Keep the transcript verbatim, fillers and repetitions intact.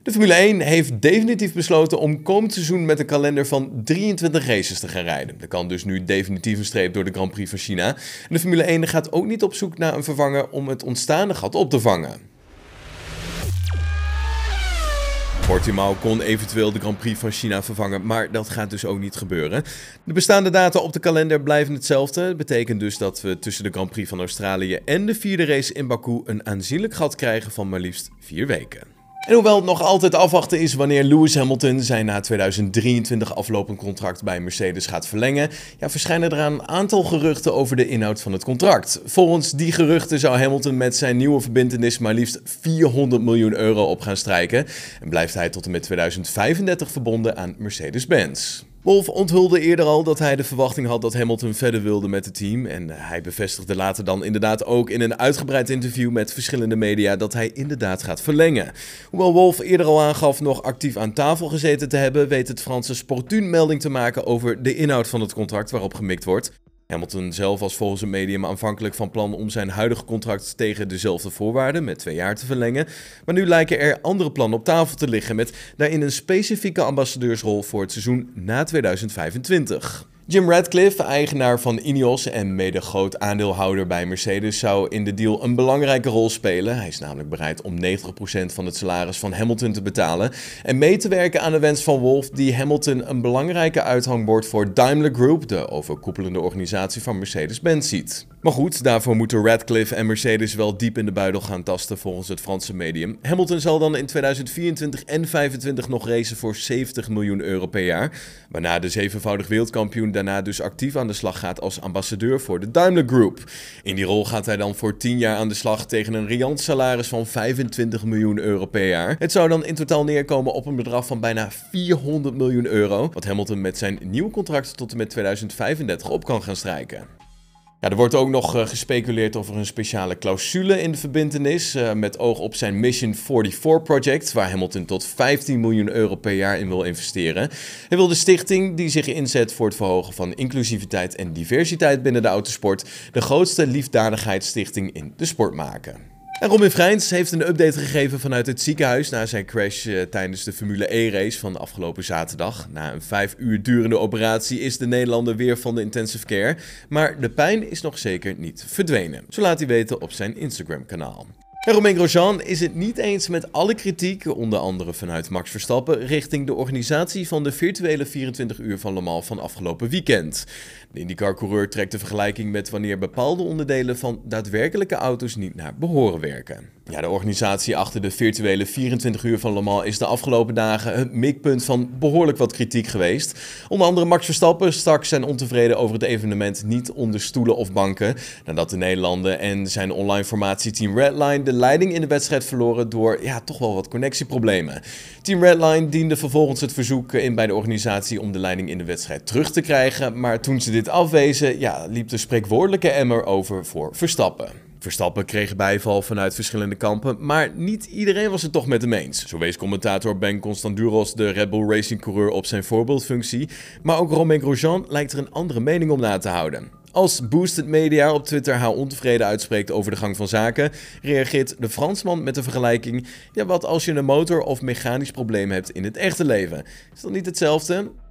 De Formule één heeft definitief besloten om komend seizoen met een kalender van drieëntwintig races te gaan rijden. Er kan dus nu definitief een streep door de Grand Prix van China. En de Formule één gaat ook niet op zoek naar een vervanger om het ontstaande gat op te vangen. Portimao kon eventueel de Grand Prix van China vervangen, maar dat gaat dus ook niet gebeuren. De bestaande data op de kalender blijven hetzelfde. Dat betekent dus dat we tussen de Grand Prix van Australië en de vierde race in Baku een aanzienlijk gat krijgen van maar liefst vier weken. En hoewel het nog altijd afwachten is wanneer Lewis Hamilton zijn na tweeduizend drieëntwintig aflopend contract bij Mercedes gaat verlengen, ja, verschijnen er een aantal geruchten over de inhoud van het contract. Volgens die geruchten zou Hamilton met zijn nieuwe verbintenis maar liefst vierhonderd miljoen euro op gaan strijken en blijft hij tot en met tweeduizend vijfendertig verbonden aan Mercedes-Benz. Wolff onthulde eerder al dat hij de verwachting had dat Hamilton verder wilde met het team en hij bevestigde later dan inderdaad ook in een uitgebreid interview met verschillende media dat hij inderdaad gaat verlengen. Hoewel Wolff eerder al aangaf nog actief aan tafel gezeten te hebben, weet het Franse Sportune melding te maken over de inhoud van het contract waarop gemikt wordt. Hamilton zelf was volgens het medium aanvankelijk van plan om zijn huidige contract tegen dezelfde voorwaarden met twee jaar te verlengen. Maar nu lijken er andere plannen op tafel te liggen met daarin een specifieke ambassadeursrol voor het seizoen na tweeduizend vijfentwintig. Jim Ratcliffe, eigenaar van Ineos en mede groot aandeelhouder bij Mercedes, zou in de deal een belangrijke rol spelen. Hij is namelijk bereid om negentig procent van het salaris van Hamilton te betalen en mee te werken aan de wens van Wolff die Hamilton een belangrijke uithangbord voor Daimler Group, de overkoepelende organisatie van Mercedes-Benz, ziet. Maar goed, daarvoor moeten Ratcliffe en Mercedes wel diep in de buidel gaan tasten volgens het Franse medium. Hamilton zal dan in tweeduizend vierentwintig en vijfentwintig nog racen voor zeventig miljoen euro per jaar, waarna de zevenvoudig wereldkampioen daarna dus actief aan de slag gaat als ambassadeur voor de Daimler Group. In die rol gaat hij dan voor tien jaar aan de slag tegen een riant salaris van vijfentwintig miljoen euro per jaar. Het zou dan in totaal neerkomen op een bedrag van bijna vierhonderd miljoen euro, wat Hamilton met zijn nieuwe contract tot en met tweeduizend vijfendertig op kan gaan strijken. Ja, er wordt ook nog uh, gespeculeerd over een speciale clausule in de verbintenis, uh, met oog op zijn Mission vierenveertig project, waar Hamilton tot vijftien miljoen euro per jaar in wil investeren. Hij wil de stichting, die zich inzet voor het verhogen van inclusiviteit en diversiteit binnen de autosport, de grootste liefdadigheidsstichting in de sport maken. En Robin Freins heeft een update gegeven vanuit het ziekenhuis na zijn crash uh, tijdens de Formule E-race van de afgelopen zaterdag. Na een vijf uur durende operatie is de Nederlander weer van de intensive care, maar de pijn is nog zeker niet verdwenen. Zo laat hij weten op zijn Instagram-kanaal. En Romain Grosjean is het niet eens met alle kritiek, onder andere vanuit Max Verstappen, richting de organisatie van de virtuele vierentwintig uur van Le Mans van afgelopen weekend. De IndyCar-coureur trekt de vergelijking met wanneer bepaalde onderdelen van daadwerkelijke auto's niet naar behoren werken. Ja, de organisatie achter de virtuele vierentwintig uur van Le Mans is de afgelopen dagen het mikpunt van behoorlijk wat kritiek geweest. Onder andere Max Verstappen stak zijn ontevreden over het evenement niet onder stoelen of banken, nadat de Nederlander en zijn online formatieteam Redline de leiding in de wedstrijd verloren door ja, toch wel wat connectieproblemen. Team Redline diende vervolgens het verzoek in bij de organisatie om de leiding in de wedstrijd terug te krijgen, maar toen ze dit afwezen, ja, liep de spreekwoordelijke emmer over voor Verstappen. Verstappen kreeg bijval vanuit verschillende kampen, maar niet iedereen was het toch met hem eens. Zo wees commentator Ben Constanduros de Red Bull Racing coureur op zijn voorbeeldfunctie, maar ook Romain Grosjean lijkt er een andere mening om na te houden. Als Boosted Media op Twitter haar ontevreden uitspreekt over de gang van zaken, reageert de Fransman met de vergelijking: ja, wat als je een motor of mechanisch probleem hebt in het echte leven? Is dat niet hetzelfde?